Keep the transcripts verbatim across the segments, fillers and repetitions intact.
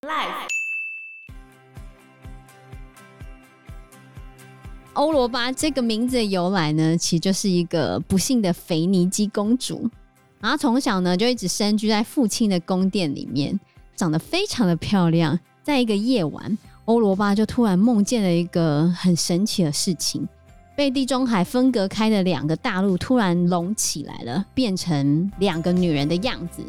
Life。 欧罗巴这个名字的由来呢，其实就是一个不幸的腓尼基公主，然后从小呢就一直身居在父亲的宫殿里面，长得非常的漂亮。在一个夜晚，欧罗巴就突然梦见了一个很神奇的事情，被地中海分隔开的两个大陆突然拢起来了，变成两个女人的样子。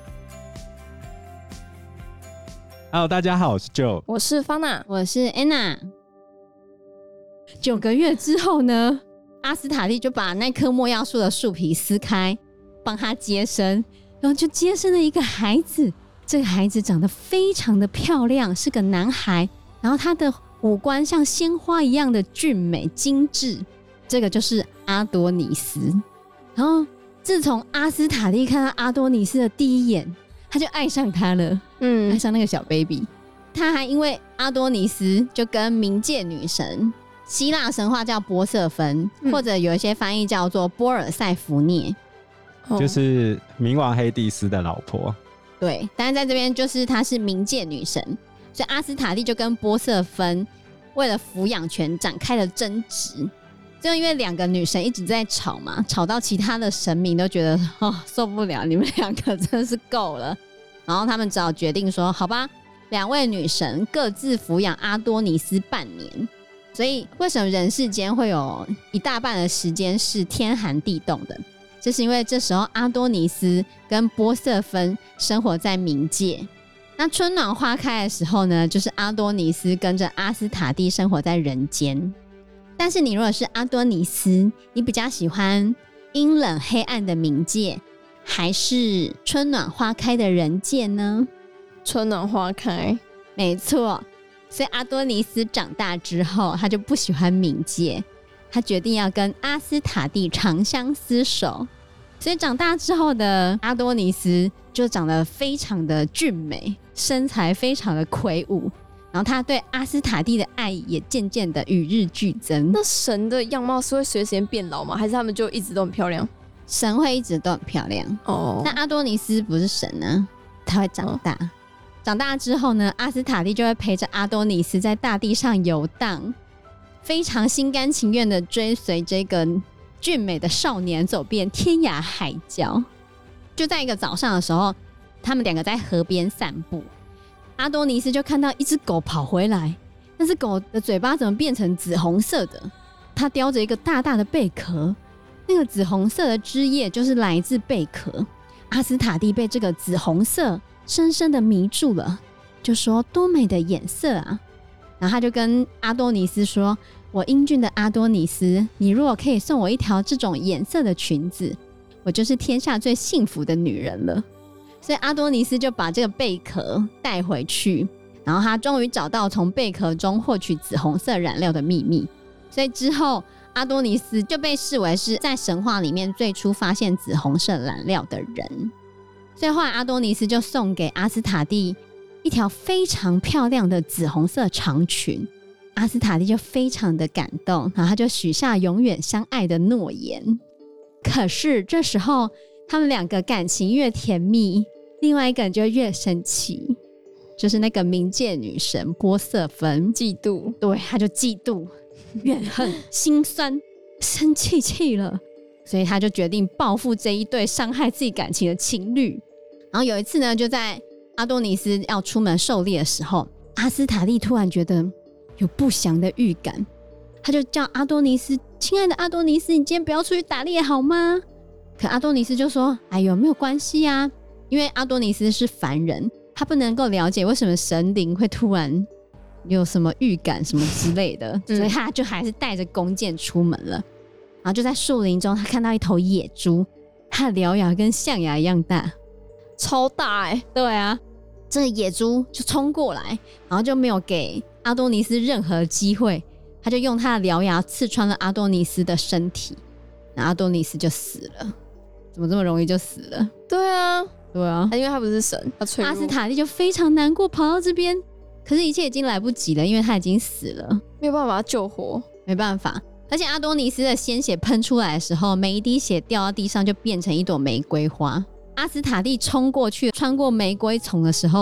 Hello， 大家好，我是 Joe， 我是方娜， 我是 Anna。九个月之后呢，阿斯塔蒂就把那棵没药树的树皮撕开，帮他接生，然后就接生了一个孩子。这个孩子长得非常的漂亮，是个男孩，然后他的五官像鲜花一样的俊美精致，这个就是阿多尼斯。然后自从阿斯塔蒂看到阿多尼斯的第一眼，他就爱上他了，嗯，爱上那个小 baby。他还因为阿多尼斯就跟冥界女神，希腊神话叫波瑟芬、嗯、或者有一些翻译叫做波尔塞福涅， 就是冥王黑帝斯的老婆。 对，但是在这边就是她是冥界女神，所以阿斯塔蒂就跟波瑟芬为了抚养权展开了争执。就因为两个女神一直在吵嘛，吵到其他的神明都觉得哦受不了，你们两个真的是够了。然后他们只好决定说，好吧，两位女神各自抚养阿多尼斯半年。所以为什么人世间会有一大半的时间是天寒地冻的？这是因为这时候阿多尼斯跟波瑟芬生活在冥界。那春暖花开的时候呢，就是阿多尼斯跟着阿斯塔蒂生活在人间。但是你如果是阿多尼斯，你比较喜欢阴冷黑暗的冥界，还是春暖花开的人界呢？ 春暖花开， 没错。所以阿多尼斯长大之后，他就不喜欢冥界，他决定要跟阿斯塔蒂长相厮守。所以长大之后的阿多尼斯就长得非常的俊美，身材非常的魁梧，然后他对阿斯塔蒂的爱也渐渐的与日俱增。 那神的样貌是会随时间变老吗？还是他们就一直都很漂亮？ 神会一直都很漂亮哦。那阿多尼斯不是神呢，他会长大、哦、长大之后呢，阿斯塔蒂就会陪着阿多尼斯在大地上游荡，非常心甘情愿的追随这个俊美的少年走遍天涯海角。就在一个早上的时候，他们两个在河边散步，阿多尼斯就看到一只狗跑回来，那只狗的嘴巴怎么变成紫红色的？它叼着一个大大的贝壳，那个紫红色的汁液就是来自贝壳。阿斯塔蒂被这个紫红色深深的迷住了，就说多美的颜色啊。然后他就跟阿多尼斯说，我英俊的阿多尼斯，你如果可以送我一条这种颜色的裙子，我就是天下最幸福的女人了。所以阿多尼斯就把这个贝壳带回去，然后他终于找到从贝壳中获取紫红色染料的秘密。所以之后阿多尼斯就被视为是在神话里面最初发现紫红色染料的人。所以后来阿多尼斯就送给阿斯塔蒂一条非常漂亮的紫红色长裙，阿斯塔蒂就非常的感动，然后他就许下永远相爱的诺言。可是这时候他们两个感情越甜蜜，另外一个人就越生气，就是那个冥界女神波瑟芬嫉妒， 对，他就嫉妒、怨恨、心酸、生气气了，所以他就决定报复这一对伤害自己感情的情侣。然后有一次呢，就在阿多尼斯要出门狩猎的时候，阿斯塔蒂突然觉得有不祥的预感，他就叫阿多尼斯，亲爱的阿多尼斯，你今天不要出去打猎好吗？可阿多尼斯就说，哎呦，没有关系啊，因为阿多尼斯是凡人，他不能够了解为什么神灵会突然有什么预感什么之类的、嗯、所以他就还是带着弓箭出门了。然后就在树林中，他看到一头野猪，它的獠牙跟象牙一样大， 超大哎、欸！ 对啊，这个野猪就冲过来，然后就没有给阿多尼斯任何机会，他就用他的獠牙刺穿了阿多尼斯的身体，然后阿多尼斯就死了。怎么这么容易就死了？ 对啊， 对啊， 因为他不是神，他脆弱。 阿斯塔蒂就非常难过，跑到这边，可是一切已经来不及了，因为他已经死了， 没有办法救活， 没办法。而且阿多尼斯的鲜血喷出来的时候，每一滴血掉到地上就变成一朵玫瑰花。阿斯塔蒂冲过去穿过玫瑰丛的时候，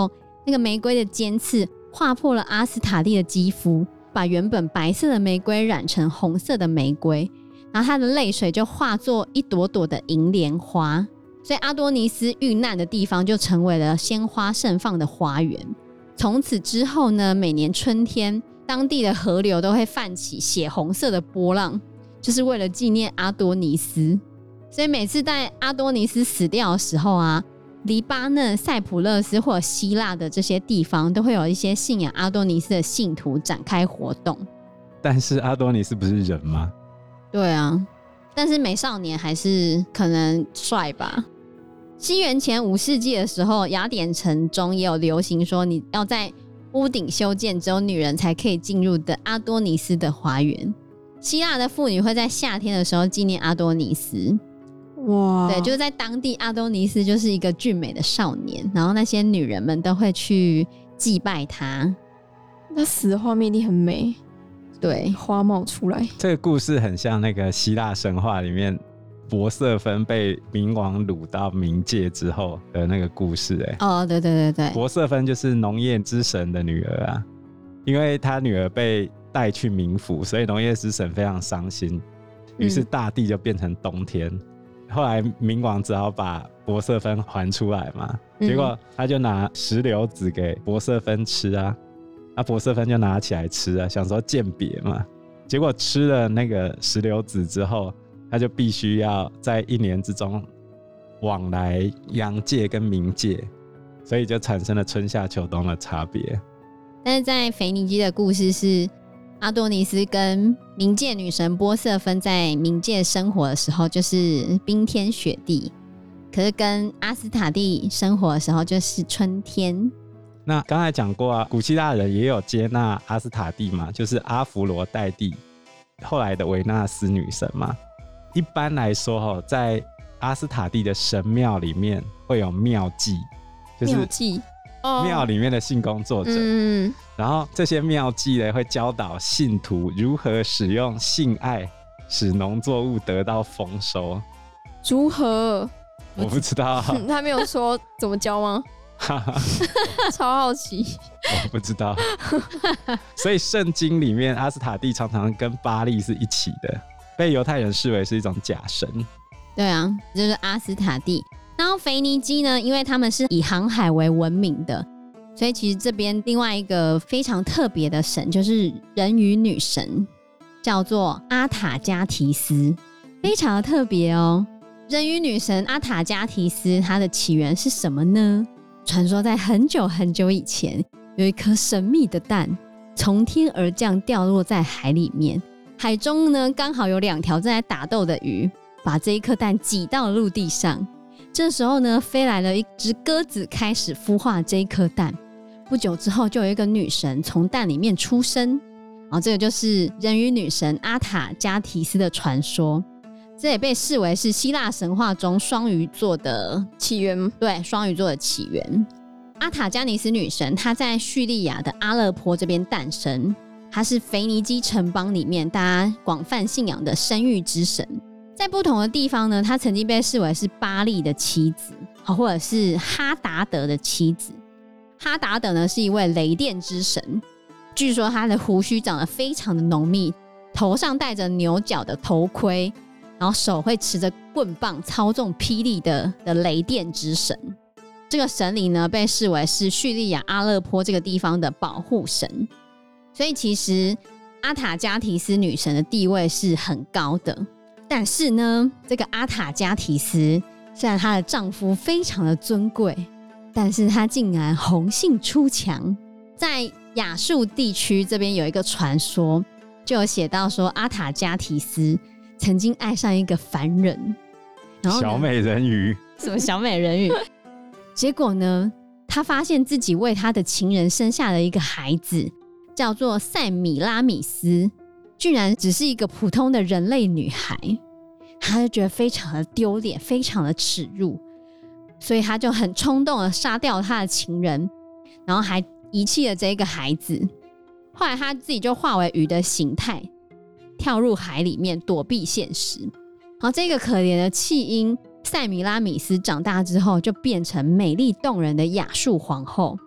那个玫瑰的尖刺划破了阿斯塔蒂的肌肤，把原本白色的玫瑰染成红色的玫瑰，然后他的泪水就化作一朵朵的银莲花，所以阿多尼斯遇难的地方就成为了鲜花盛放的花园。从此之后呢，每年春天当地的河流都会泛起血红色的波浪，就是为了纪念阿多尼斯。所以每次在阿多尼斯死掉的时候啊，黎巴嫩、塞浦路斯或者希腊的这些地方都会有一些信仰阿多尼斯的信徒展开活动。 但是阿多尼斯不是人吗？ 对啊，但是美少年还是可能帅吧。西元前五世纪的时候，雅典城中也有流行说你要在屋顶修建只有女人才可以进入的阿多尼斯的花园。希腊的妇女会在夏天的时候纪念阿多尼斯。 哇， 对，就是在当地阿多尼斯就是一个俊美的少年，然后那些女人们都会去祭拜他。 那死的画面一定很美， 对， 花冒出来。 这个故事很像那个希腊神话里面博瑟芬被冥王掳到冥界之后的那个故事、欸。 哦，对对对对， 博瑟芬就是农业之神的女儿啊，因为她女儿被带去冥府，所以农业之神非常伤心，于是大地就变成冬天。嗯、后来冥王只好把博瑟芬还出来嘛，结果他就拿石榴籽给博瑟芬吃啊，那博瑟芬就拿起来吃啊，想说鉴别嘛，结果吃了那个石榴籽之后，他就必须要在一年之中往来阳界跟冥界，所以就产生了春夏秋冬的差别。 但是在腓尼基的故事是阿多尼斯跟冥界女神波瑟芬在冥界生活的时候就是冰天雪地，可是跟阿斯塔蒂生活的时候就是春天。 那刚才讲过啊，古希腊人也有接纳阿斯塔蒂嘛，就是阿弗罗代蒂，后来的维纳斯女神嘛。一般来说，在阿斯塔蒂的神庙里面会有庙妓，就是庙妓庙里面的性工作者。嗯，然后这些庙妓呢会教导信徒如何使用性爱使农作物得到丰收。 如何？ 我不知道， 他没有说怎么教吗？超好奇。 我不知道。所以圣经里面阿斯塔蒂常常跟巴力是一起的，被犹太人视为是一种假神。 对啊，就是阿斯塔蒂。然后腓尼基呢，因为他们是以航海为闻名的，所以其实这边另外一个非常特别的神就是人鱼女神，叫做阿塔加提斯，非常的特别哦。人鱼女神阿塔加提斯，它的起源是什么呢？传说在很久很久以前，有一颗神秘的蛋从天而降，掉落在海里面。海中呢，刚好有两条正在打斗的鱼，把这一颗蛋挤到了陆地上。这时候呢，飞来了一只鸽子，开始孵化这一颗蛋。不久之后，就有一个女神从蛋里面出生，然后这个就是人鱼女神阿塔加提斯的传说。这也被视为是希腊神话中双鱼座的起源。 对，双鱼座的起源。阿塔加尼斯女神，她在叙利亚的阿勒颇这边诞生，她是腓尼基城邦里面大家广泛信仰的生育之神。在不同的地方呢，她曾经被视为是巴力的妻子，或者是哈达德的妻子。哈达德呢是一位雷电之神，据说他的胡须长得非常的浓密，头上戴着牛角的头盔，然后手会持着棍棒操纵霹雳 的, 的雷电之神。这个神灵呢被视为是叙利亚阿勒颇这个地方的保护神，所以其实阿塔加提斯女神的地位是很高的。但是呢，这个阿塔加提斯虽然她的丈夫非常的尊贵，但是她竟然红杏出墙。在亚述地区这边有一个传说，就有写到说阿塔加提斯曾经爱上一个凡人，然后小美人鱼。 什么小美人鱼？结果呢，他发现自己为他的情人生下了一个孩子，叫做塞米拉米斯，居然只是一个普通的人类女孩。他就觉得非常的丢脸，非常的耻辱，所以他就很冲动的杀掉他的情人，然后还遗弃了这个孩子。后来他自己就化为鱼的形态，跳入海里面躲避现实。然后这个可怜的弃婴塞米拉米斯长大之后，就变成美丽动人的亚述皇后。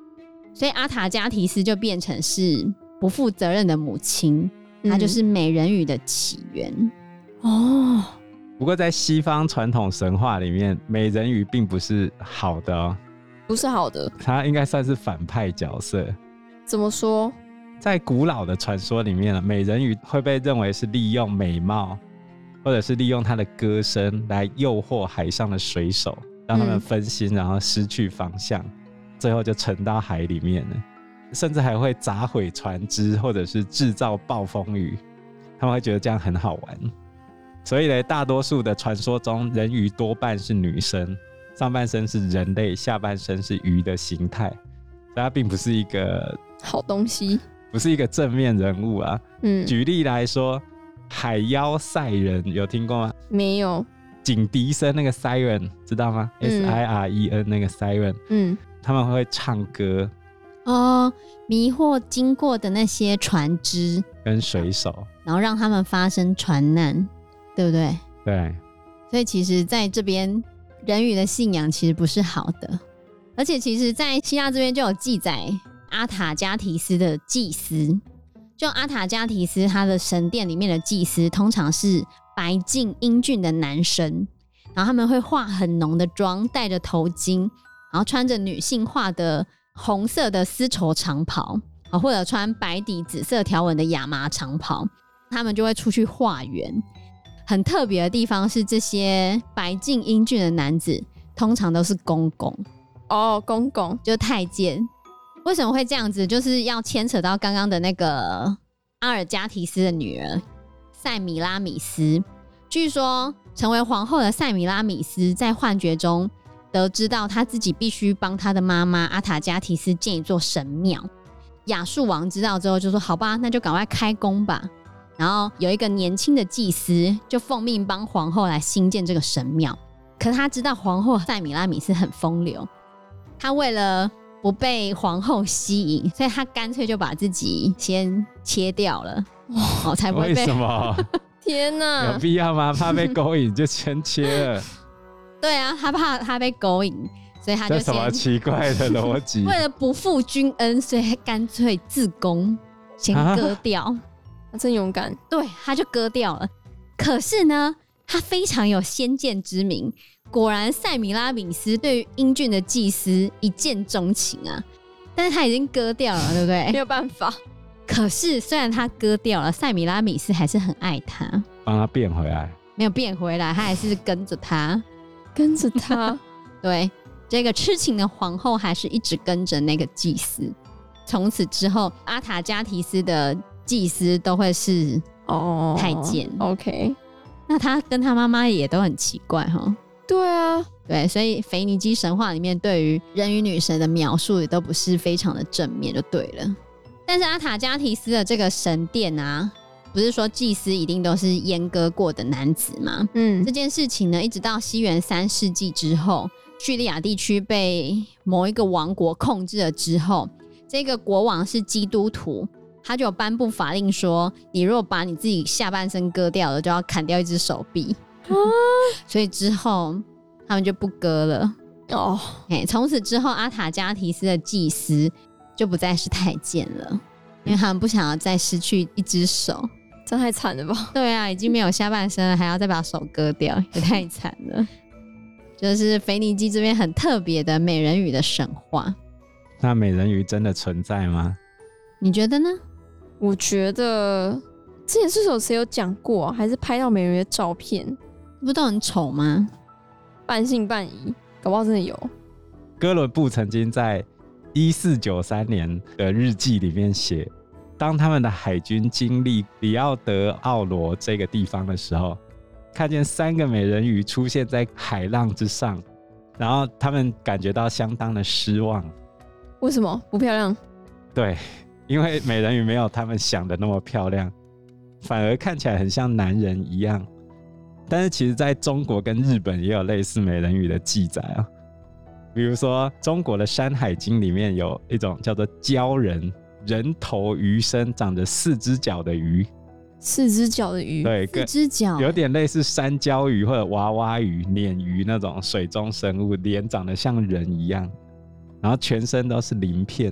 所以阿塔加提斯就变成是不负责任的母亲，她就是美人鱼的起源。 嗯、哦， 不过在西方传统神话里面，美人鱼并不是好的哦， 不是好的， 她应该算是反派角色。 怎么说？ 在古老的传说里面，美人鱼会被认为是利用美貌或者是利用她的歌声来诱惑海上的水手，让他们分心，然后失去方向，最后就沉到海里面了，甚至还会砸毁船只或者是制造暴风雨，他们会觉得这样很好玩。所以呢，大多数的传说中，人鱼多半是女生，上半身是人类，下半身是鱼的形态，所以它并不是一个好东西， 不是一个正面人物啊。 嗯， 举例来说，海妖赛人有听过吗？ 没有。 警笛声那个 siren 知道吗？嗯、S I R E N 那个 siren， 嗯，他们会唱歌哦，迷惑经过的那些船只跟水手， 然后让他们发生船难，对不对？ 对。 所以其实在这边人鱼的信仰其实不是好的，而且其实在希腊这边就有记载阿塔加提斯的祭司，就阿塔加提斯他的神殿里面的祭司通常是白净英俊的男生，然后他们会化很浓的妆，戴着头巾，然后穿着女性化的红色的丝绸长袍，或者穿白底紫色条纹的亚麻长袍，他们就会出去化缘。很特别的地方是，这些白净英俊的男子通常都是公公哦，公公就太监。为什么会这样子？就是要牵扯到刚刚的那个阿尔加提斯的女儿塞米拉米斯。据说成为皇后的塞米拉米斯在幻觉中得知到她自己必须帮她的妈妈阿塔加提斯建一座神庙。亚述王知道之后就说好吧，那就赶快开工吧。然后有一个年轻的祭司就奉命帮皇后来兴建这个神庙。可是他知道皇后塞米拉米斯很风流，他为了不被皇后吸引，所以他干脆就把自己先切掉了，哦，才不会被。 为什么？ 天哪， 有必要吗？怕被勾引就先切了。 对啊，他怕他被勾引，所以他就先。 这什么奇怪的逻辑？ 为了不负君恩，所以他干脆自宫，先割掉。啊他真勇敢。 对，他就割掉了。可是呢，他非常有先见之明，果然塞米拉米斯对于英俊的祭司一见钟情啊。但是他已经割掉了，对不对？ 没有办法。 可是虽然他割掉了，塞米拉米斯还是很爱他， 帮他变回来。 没有变回来，他还是跟着他， 跟着他。 对，这个痴情的皇后还是一直跟着那个祭司。从此之后，阿塔加提斯的祭司都会是哦太监。 Oh, OK， 那他跟他妈妈也都很奇怪哈。 对啊， 对，所以腓尼基神话里面对于人与女神的描述也都不是非常的正面，就对了。但是阿塔加提斯的这个神殿啊，不是说祭司一定都是阉割过的男子吗？嗯，这件事情呢，一直到西元三世纪之后，叙利亚地区被某一个王国控制了之后，这个国王是基督徒。他就有颁布法令说，你如果把你自己下半身割掉了，就要砍掉一只手臂。啊、所以之后他们就不割了。哦，从此之后，阿塔加提斯的祭司就不再是太监了，因为他们不想要再失去一只手。 这太惨了吧？ 对啊，已经没有下半身了，还要再把手割掉，也太惨了。就是腓尼基这边很特别的美人鱼的神话。 那美人鱼真的存在吗？ 你觉得呢？ 我觉得之前是有谁有讲过、啊，还是拍到美人鱼的照片， 不都很丑吗？ 半信半疑，搞不好真的有。 哥伦布曾经在一四九三年的日记里面写，当他们的海军经历里奥德奥罗这个地方的时候，看见三个美人鱼出现在海浪之上，然后他们感觉到相当的失望。 为什么？不漂亮？ 对，因为美人鱼没有他们想的那么漂亮，反而看起来很像男人一样。但是其实在中国跟日本也有类似美人鱼的记载啊，比如说中国的《山海经》里面有一种叫做鲛人，人头鱼身，长着四只脚的鱼。 四只脚的鱼？ 对， 四只脚有点类似山椒鱼或者娃娃鱼、鲶鱼那种水中生物，脸长得像人一样，然后全身都是鳞片。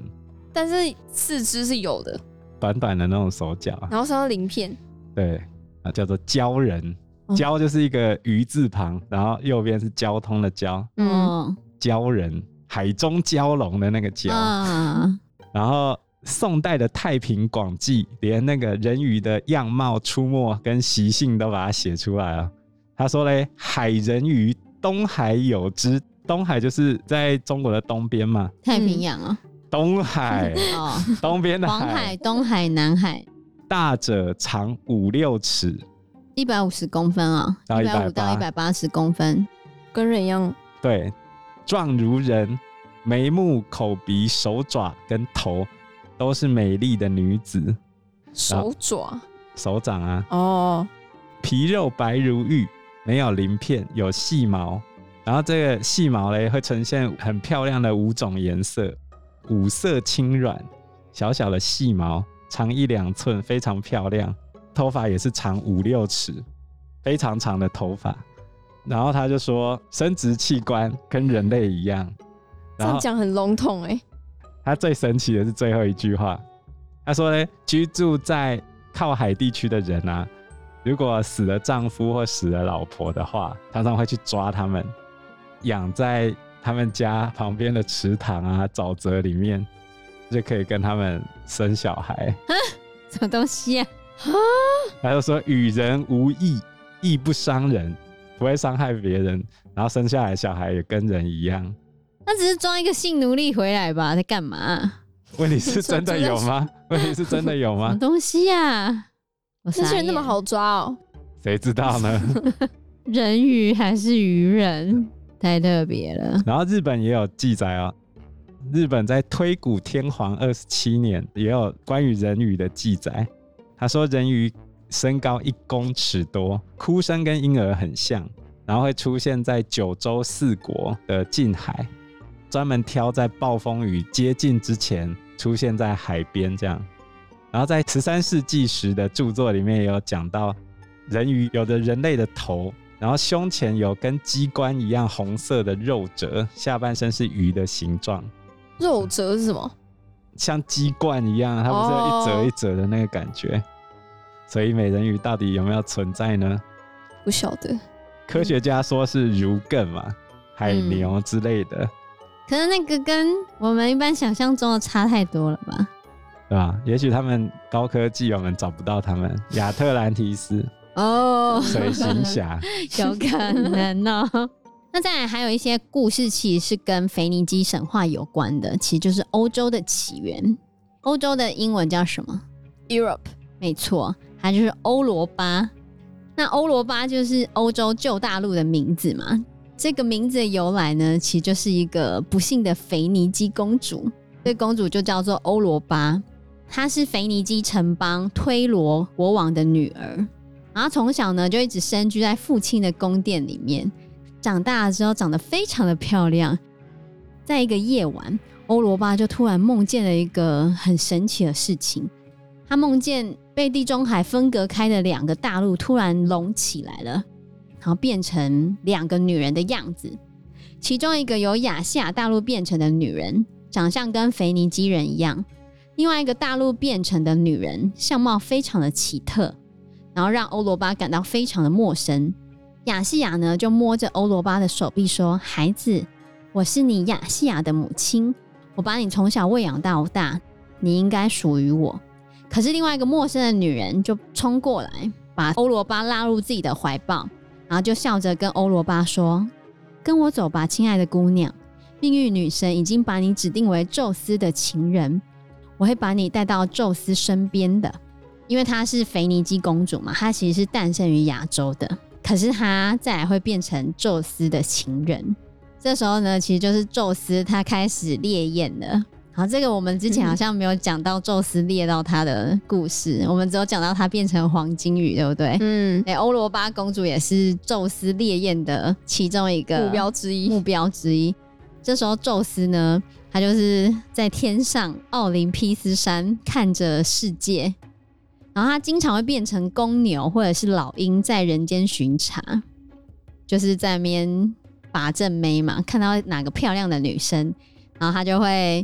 但是四肢是有的， 短短的那种手脚， 然后上到鳞片， 对啊，叫做鲛人。鲛、哦、就是一个鱼字旁，然后右边是交通的交，嗯，鲛人，海中蛟龙的那个蛟、啊、然后宋代的太平广记连那个人鱼的样貌、出没跟习性都把它写出来了。他说嘞，海人鱼东海有之，东海就是在中国的东边嘛， 太平洋啊， 东海哦，东边的海， 黄海、东海、南海。 大者长五六尺， 一百五十公分啊，一百五到一百八十公分， 跟人一样。 对，状如人，眉目、口鼻、手爪跟头都是美丽的女子。 手爪、 手掌啊， 哦， 皮肉白如玉。没有鳞片，有细毛，然后这个细毛嘞会呈现很漂亮的五种颜色，五色轻软，小小的细毛，长一两寸，非常漂亮。头发也是长五六尺，非常长的头发。然后他就说，生殖器官跟人类一样。 这样讲很笼统哎。 他最神奇的是最后一句话，他说呢，居住在靠海地区的人啊。如果死了丈夫或死了老婆的话，常常会去抓他们，养在他们家旁边的池塘啊、沼泽里面，就可以跟他们生小孩。 什么东西啊？ 他就说与人无异，亦不伤人，不会伤害别人，然后生下来小孩也跟人一样。 他只是装一个性奴隶回来吧？在干嘛？ 问题是真的有吗？问题是真的有吗？ 什么东西啊？ 这些人那么好抓哦？ 谁知道呢？ 人鱼还是鱼人，太特别了。 然后日本也有记载哦，日本在推古天皇二十七年也有关于人鱼的记载。他说人鱼身高一公尺多，哭声跟婴儿很像，然后会出现在九州四国的近海，专门挑在暴风雨接近之前出现在海边这样。然后在十三世纪时的著作里面也有讲到，人鱼有着人类的头，然后胸前有跟鸡冠一样红色的肉褶，下半身是鱼的形状。 肉褶是什么？ 像鸡冠一样，它不是有一折一折的那个感觉、哦、所以美人鱼到底有没有存在呢？ 不晓得。 科学家说是如艮嘛、嗯、海牛之类的、嗯、 可是那个跟我们一般想象中的差太多了吧， 对吧？也许他们高科技我们找不到他们。亚特兰提斯哦， 水行侠有可能哦。那再来还有一些故事其实是跟腓尼基神话有关的，其实就是欧洲的起源。欧洲的英文叫什么？ Europe。 没错，它就是欧罗巴。那欧罗巴就是欧洲旧大陆的名字嘛，这个名字的由来呢，其实就是一个不幸的腓尼基公主，这公主就叫做欧罗巴。她是腓尼基城邦推罗国王的女儿，然后从小呢就一直深居在父亲的宫殿里面，长大了之后长得非常的漂亮。在一个夜晚，欧罗巴就突然梦见了一个很神奇的事情，她梦见被地中海分隔开的两个大陆突然隆起来了，然后变成两个女人的样子。其中一个由亚细亚大陆变成的女人长相跟腓尼基人一样，另外一个大陆变成的女人相貌非常的奇特，然后让欧罗巴感到非常的陌生。亚细亚呢就摸着欧罗巴的手臂说，孩子，我是你亚细亚的母亲，我把你从小喂养到大，你应该属于我。可是另外一个陌生的女人就冲过来，把欧罗巴拉入自己的怀抱，然后就笑着跟欧罗巴说，跟我走吧，亲爱的姑娘，命运女神已经把你指定为宙斯的情人，我会把你带到宙斯身边的。因为她是腓尼基公主嘛，她其实是诞生于亚洲的，可是她再来会变成宙斯的情人。这时候呢，其实就是宙斯他开始猎艳了。好，这个我们之前好像没有讲到宙斯猎到他的故事、嗯、我们只有讲到他变成黄金鱼，对不对？嗯，对，欧罗巴公主也是宙斯猎艳的其中一个目标之一。 目标之一。这时候宙斯呢，他就是在天上奥林匹斯山看着世界，然后他经常会变成公牛或者是老鹰在人间巡查，就是在那边把正妹嘛，看到哪个漂亮的女生，然后他就会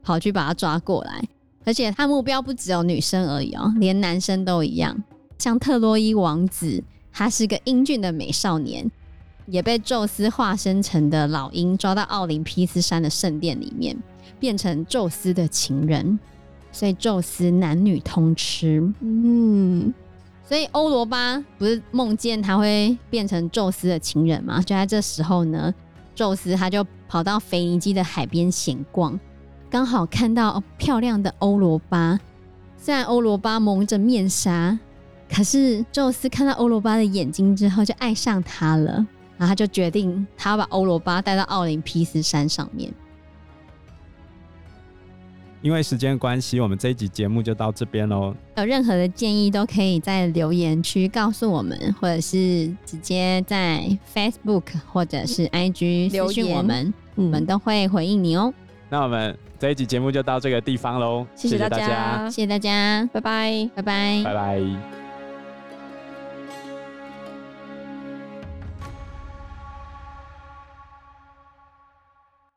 跑去把他抓过来，而且他目标不只有女生而已哦，连男生都一样。像特洛伊王子，他是个英俊的美少年，也被宙斯化身成的老鹰抓到奥林匹斯山的圣殿里面，变成宙斯的情人，所以宙斯男女通吃。嗯，所以欧罗巴不是梦见他会变成宙斯的情人吗？就在这时候呢，宙斯他就跑到腓尼基的海边闲逛，刚好看到、哦、漂亮的欧罗巴。虽然欧罗巴蒙着面纱，可是宙斯看到欧罗巴的眼睛之后就爱上他了，然后他就决定他要把欧罗巴带到奥林匹斯山上面。 因为时间关系，我们这一集节目就到这边咯。 有任何的建议都可以在留言区告诉我们，或者是直接在 Facebook 或者是 I G 私讯我们，我们都会回应你哦。 那我们这一集节目就到这个地方咯， 谢谢大家， 谢谢大家， 拜拜， 拜拜， 拜拜。